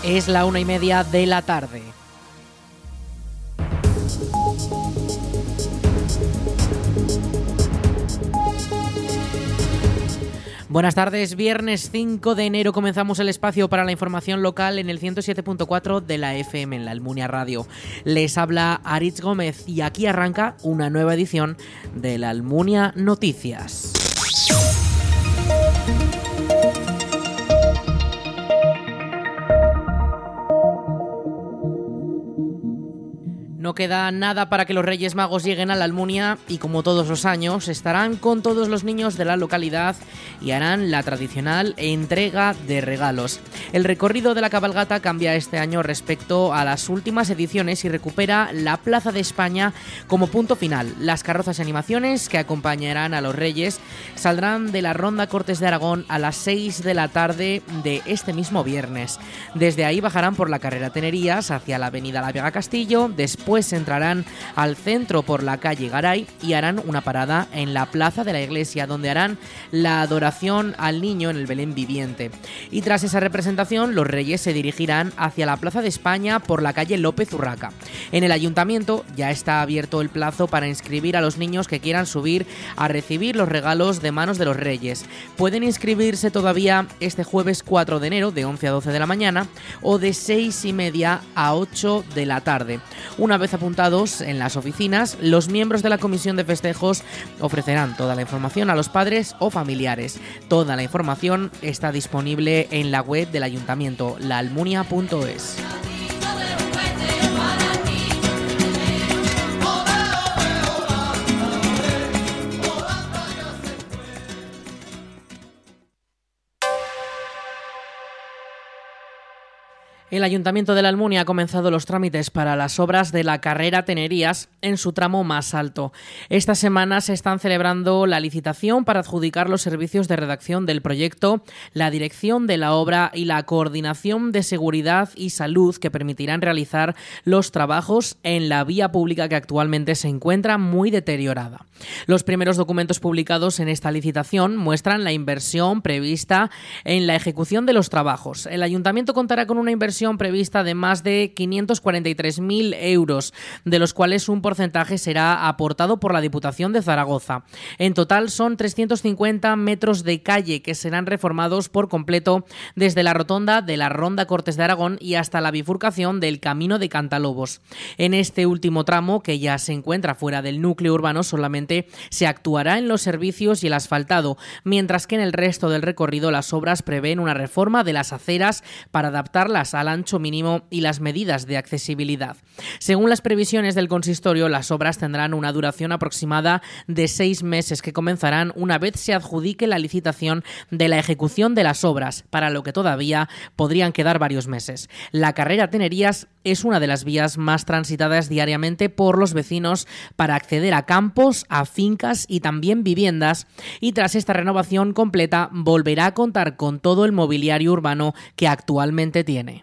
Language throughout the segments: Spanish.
Es la 1:30 de la tarde. Buenas tardes, viernes 5 de enero comenzamos el espacio para la información local en el 107.4 de la FM en la Almunia Radio. Les habla Aritz Gómez y aquí arranca una nueva edición de la Almunia Noticias. No queda nada para que los Reyes Magos lleguen a la Almunia y, como todos los años, estarán con todos los niños de la localidad y harán la tradicional entrega de regalos. El recorrido de la cabalgata cambia este año respecto a las últimas ediciones y recupera la Plaza de España como punto final. Las carrozas y animaciones que acompañarán a los Reyes saldrán de la Ronda Cortes de Aragón a las 6 de la tarde de este mismo viernes. Desde ahí bajarán por la carrera Tenerías hacia la avenida La Vega Castillo, después entrarán al centro por la calle Garay y harán una parada en la plaza de la iglesia, donde harán la adoración al niño en el Belén viviente. Y tras esa representación, los Reyes se dirigirán hacia la Plaza de España por la calle López Urraca. En el ayuntamiento ya está abierto el plazo para inscribir a los niños que quieran subir a recibir los regalos de manos de los Reyes. Pueden inscribirse todavía este jueves 4 de enero de 11 a 12 de la mañana o de 6:30 a 8 de la tarde. Una vez apuntados en las oficinas, los miembros de la comisión de festejos ofrecerán toda la información a los padres o familiares. Toda la información está disponible en la web del ayuntamiento, laalmunia.es. El Ayuntamiento de la Almunia ha comenzado los trámites para las obras de la carrera Tenerías en su tramo más alto. Esta semana se están celebrando la licitación para adjudicar los servicios de redacción del proyecto, la dirección de la obra y la coordinación de seguridad y salud que permitirán realizar los trabajos en la vía pública que actualmente se encuentra muy deteriorada. Los primeros documentos publicados en esta licitación muestran la inversión prevista en la ejecución de los trabajos. El Ayuntamiento contará con una inversión prevista de más de 543.000 euros, de los cuales un porcentaje será aportado por la Diputación de Zaragoza. En total son 350 metros de calle que serán reformados por completo desde la rotonda de la Ronda Cortes de Aragón y hasta la bifurcación del Camino de Cantalobos. En este último tramo, que ya se encuentra fuera del núcleo urbano, solamente se actuará en los servicios y el asfaltado, mientras que en el resto del recorrido las obras prevén una reforma de las aceras para adaptarlas al ancho mínimo y las medidas de accesibilidad. Según las previsiones del consistorio, las obras tendrán una duración aproximada de 6 meses que comenzarán una vez se adjudique la licitación de la ejecución de las obras, para lo que todavía podrían quedar varios meses. La carrera Tenerías es una de las vías más transitadas diariamente por los vecinos para acceder a campos, a fincas y también viviendas, y tras esta renovación completa volverá a contar con todo el mobiliario urbano que actualmente tiene.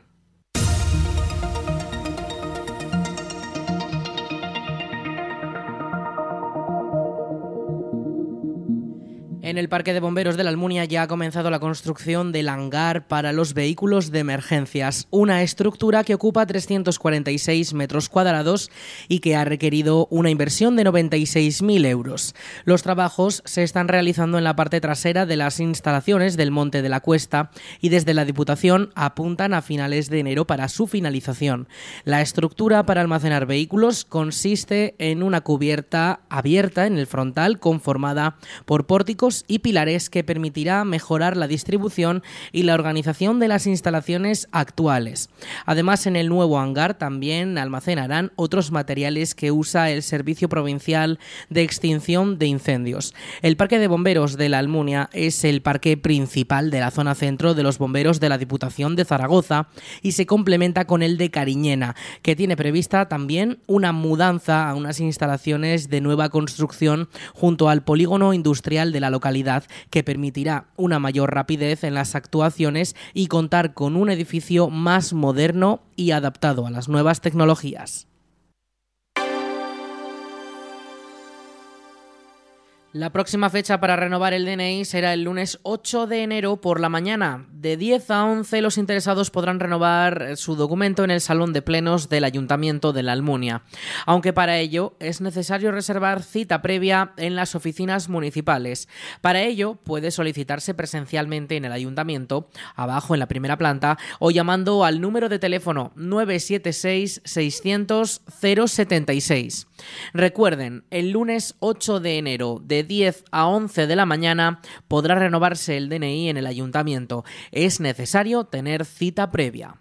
En el Parque de Bomberos de la Almunia ya ha comenzado la construcción del hangar para los vehículos de emergencias, una estructura que ocupa 346 metros cuadrados y que ha requerido una inversión de 96.000 euros. Los trabajos se están realizando en la parte trasera de las instalaciones del Monte de la Cuesta y desde la Diputación apuntan a finales de enero para su finalización. La estructura para almacenar vehículos consiste en una cubierta abierta en el frontal conformada por pórticos y pilares que permitirá mejorar la distribución y la organización de las instalaciones actuales. Además, en el nuevo hangar también almacenarán otros materiales que usa el Servicio Provincial de Extinción de Incendios. El Parque de Bomberos de la Almunia es el parque principal de la zona centro de los bomberos de la Diputación de Zaragoza y se complementa con el de Cariñena, que tiene prevista también una mudanza a unas instalaciones de nueva construcción junto al polígono industrial de la localidad, que permitirá una mayor rapidez en las actuaciones y contar con un edificio más moderno y adaptado a las nuevas tecnologías. La próxima fecha para renovar el DNI será el lunes 8 de enero por la mañana. De 10 a 11 los interesados podrán renovar su documento en el Salón de Plenos del Ayuntamiento de la Almunia, aunque para ello es necesario reservar cita previa en las oficinas municipales. Para ello puede solicitarse presencialmente en el Ayuntamiento, abajo en la primera planta, o llamando al número de teléfono 976 600 076. Recuerden, el lunes 8 de enero de 10 a 11 de la mañana podrá renovarse el DNI en el Ayuntamiento. Es necesario tener cita previa.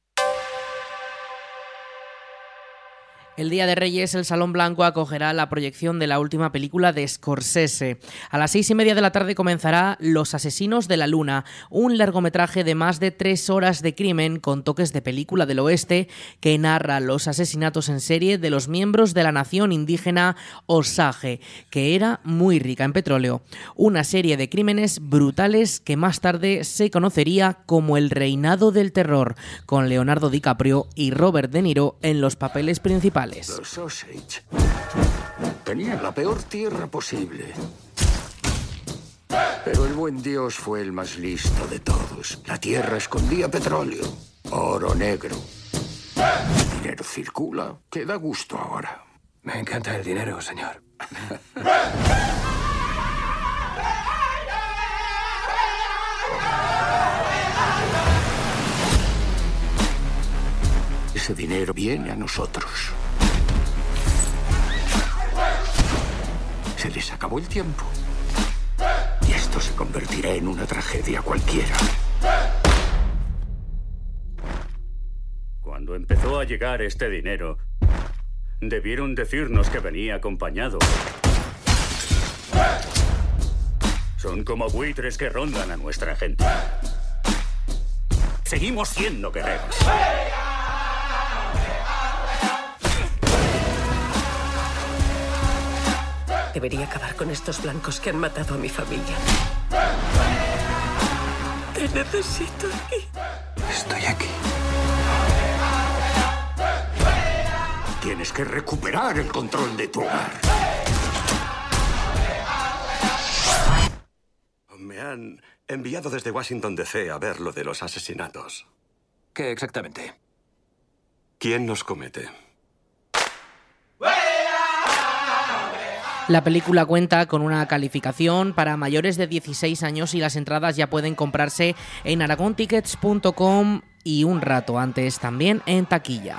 El Día de Reyes, el Salón Blanco acogerá la proyección de la última película de Scorsese. A las 6:30 de la tarde comenzará Los Asesinos de la Luna, un largometraje de más de 3 horas de crimen con toques de película del oeste que narra los asesinatos en serie de los miembros de la nación indígena Osage, que era muy rica en petróleo. Una serie de crímenes brutales que más tarde se conocería como el Reinado del Terror, con Leonardo DiCaprio y Robert De Niro en los papeles principales. Los Osage tenían la peor tierra posible. Pero el buen Dios fue el más listo de todos. La tierra escondía petróleo, oro negro. El dinero circula, que da gusto ahora. Me encanta el dinero, señor. Ese dinero viene a nosotros. Se les acabó el tiempo. Y esto se convertirá en una tragedia cualquiera. Cuando empezó a llegar este dinero, debieron decirnos que venía acompañado. Son como buitres que rondan a nuestra gente. Seguimos siendo guerreros. Debería acabar con estos blancos que han matado a mi familia. Te necesito aquí. Estoy aquí. Tienes que recuperar el control de tu hogar. Me han enviado desde Washington DC a ver lo de los asesinatos. ¿Qué exactamente? ¿Quién los comete? La película cuenta con una calificación para mayores de 16 años y las entradas ya pueden comprarse en aragontickets.com y un rato antes también en taquilla.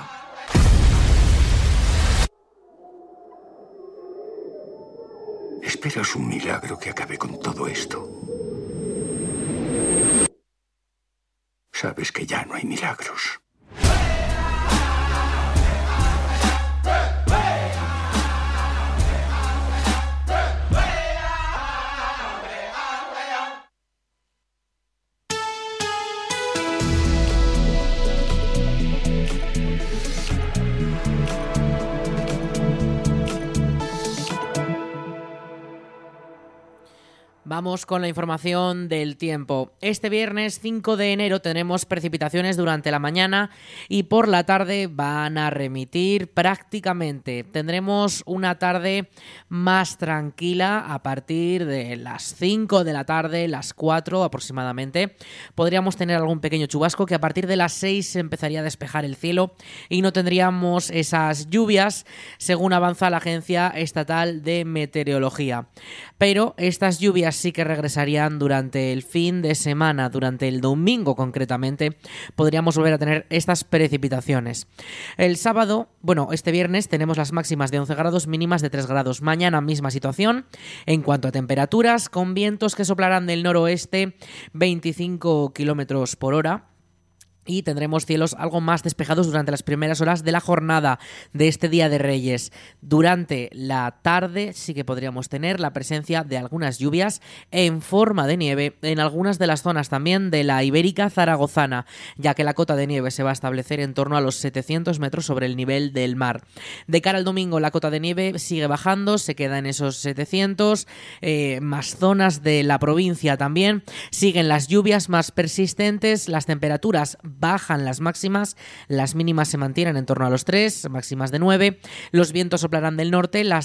¿Esperas un milagro que acabe con todo esto? Sabes que ya no hay milagros. Vamos con la información del tiempo. Este viernes 5 de enero tenemos precipitaciones durante la mañana y por la tarde van a remitir prácticamente. Tendremos una tarde más tranquila a partir de las 5 de la tarde, las 4 aproximadamente. Podríamos tener algún pequeño chubasco que a partir de las 6 se empezaría a despejar el cielo y no tendríamos esas lluvias según avanza la Agencia Estatal de Meteorología. Pero estas lluvias sí que regresarían durante el fin de semana, durante el domingo concretamente, podríamos volver a tener estas precipitaciones. El sábado, este viernes tenemos las máximas de 11 grados, mínimas de 3 grados. Mañana misma situación en cuanto a temperaturas, con vientos que soplarán del noroeste 25 kilómetros por hora. Y tendremos cielos algo más despejados durante las primeras horas de la jornada de este Día de Reyes. Durante la tarde sí que podríamos tener la presencia de algunas lluvias en forma de nieve en algunas de las zonas también de la Ibérica Zaragozana, ya que la cota de nieve se va a establecer en torno a los 700 metros sobre el nivel del mar. De cara al domingo la cota de nieve sigue bajando, se queda en esos 700, más zonas de la provincia también. Siguen las lluvias más persistentes, las temperaturas bajan las máximas, las mínimas se mantienen en torno a los 3, máximas de 9, los vientos soplarán del norte, las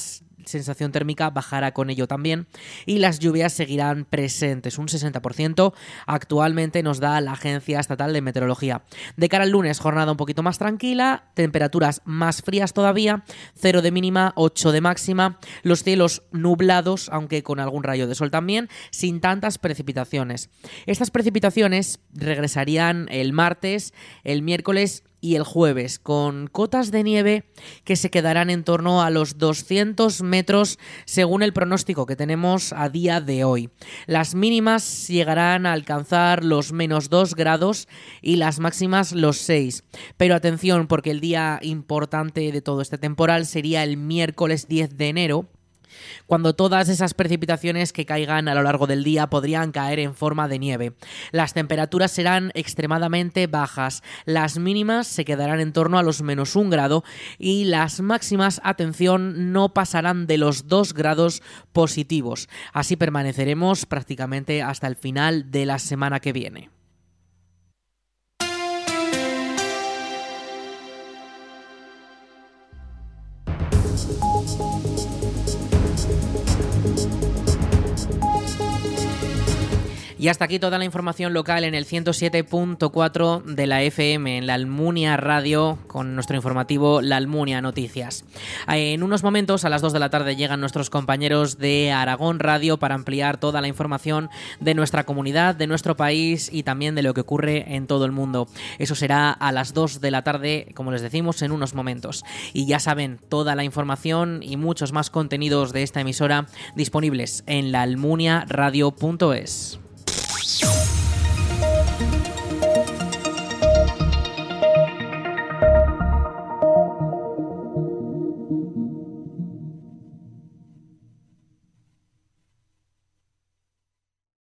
sensación térmica bajará con ello también y las lluvias seguirán presentes, un 60% actualmente nos da la Agencia Estatal de Meteorología. De cara al lunes, jornada un poquito más tranquila, temperaturas más frías todavía, 0 de mínima, 8 de máxima, los cielos nublados, aunque con algún rayo de sol también, sin tantas precipitaciones. Estas precipitaciones regresarían el martes, el miércoles y el jueves, con cotas de nieve que se quedarán en torno a los 200 metros según el pronóstico que tenemos a día de hoy. Las mínimas llegarán a alcanzar los -2 grados y las máximas los 6. Pero atención, porque el día importante de todo este temporal sería el miércoles 10 de enero, cuando todas esas precipitaciones que caigan a lo largo del día podrían caer en forma de nieve. Las temperaturas serán extremadamente bajas, las mínimas se quedarán en torno a los -1 grado y las máximas, atención, no pasarán de los 2 grados positivos. Así permaneceremos prácticamente hasta el final de la semana que viene. Y hasta aquí toda la información local en el 107.4 de la FM, en la Almunia Radio, con nuestro informativo La Almunia Noticias. En unos momentos, a las 2 de la tarde, llegan nuestros compañeros de Aragón Radio para ampliar toda la información de nuestra comunidad, de nuestro país y también de lo que ocurre en todo el mundo. Eso será a las 2 de la tarde, como les decimos, en unos momentos. Y ya saben, toda la información y muchos más contenidos de esta emisora disponibles en laalmuniaradio.es.